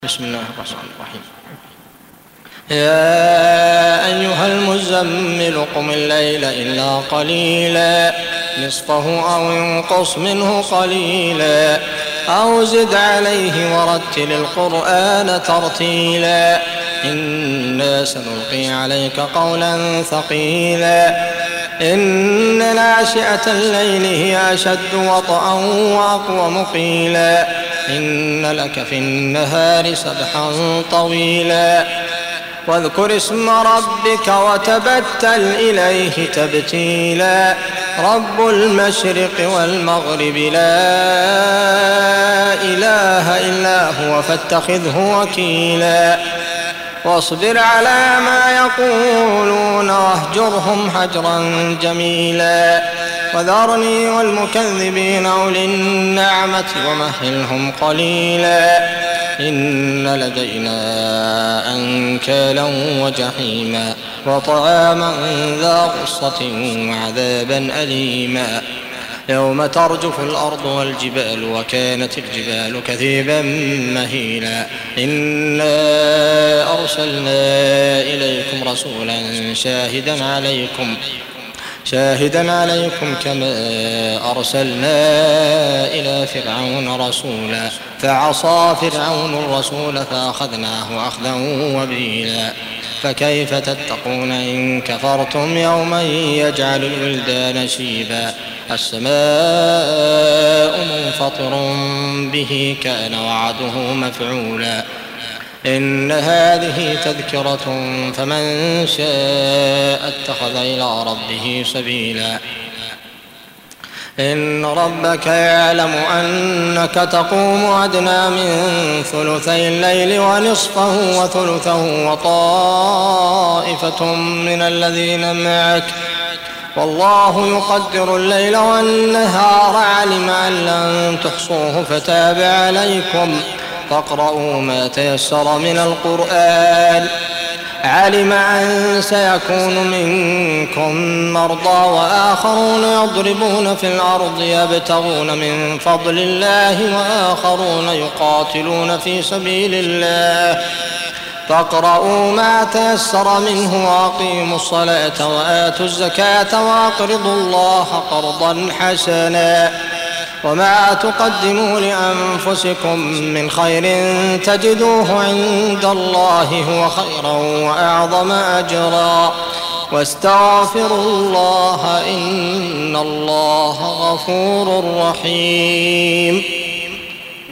بسم الله الرحمن الرحيم. يا أيها المزمل قم الليل إلا قليلا نصفه أو انقص منه قليلا أو زد عليه ورتل القرآن ترتيلا إنا سنلقي عليك قولا ثقيلا إن ناشئة الليل هي أشد وطئا وأقوم قيلا إن لك في النهار سبحا طويلا واذكر اسم ربك وتبتل إليه تبتيلا رب المشرق والمغرب لا إله إلا هو فاتخذه وكيلا واصبر على ما يقولون واهجرهم هجرا جميلا وذرني والمكذبين أولي النعمة ومهلهم قليلا إن لدينا أنكالا وجحيما وطعاما ذا غصة وعذابا أليما يوم ترجف الأرض والجبال وكانت الجبال كثيبا مهيلا إنا أرسلنا إليكم رسولا شاهدا عليكم كما أرسلنا إلى فرعون رسولا فعصى فرعون الرسول فأخذناه أخذا وبيلا فكيف تتقون إن كفرتم يوما يجعل الولدان شيبا السماء منفطر به كان وعده مفعولا إن هذه تذكرة فمن شاء اتخذ إلى ربه سبيلا إن ربك يعلم أنك تقوم أدنى من ثلثي الليل ونصفه وثلثه وطائفة من الذين معك والله يقدر الليل والنهار علم أن لن تحصوه فتاب عليكم فاقرؤوا ما تيسر من القرآن علم أن سيكون منكم مرضى وآخرون يضربون في الأرض يبتغون من فضل الله وآخرون يقاتلون في سبيل الله فاقرؤوا ما تيسر منه وأقيموا الصلاة وآتوا الزكاة وأقرضوا الله قرضا حسنا وما تقدموا لأنفسكم من خير تجدوه عند الله هو خيرا وأعظم أجرا واستغفروا الله إن الله غفور رحيم.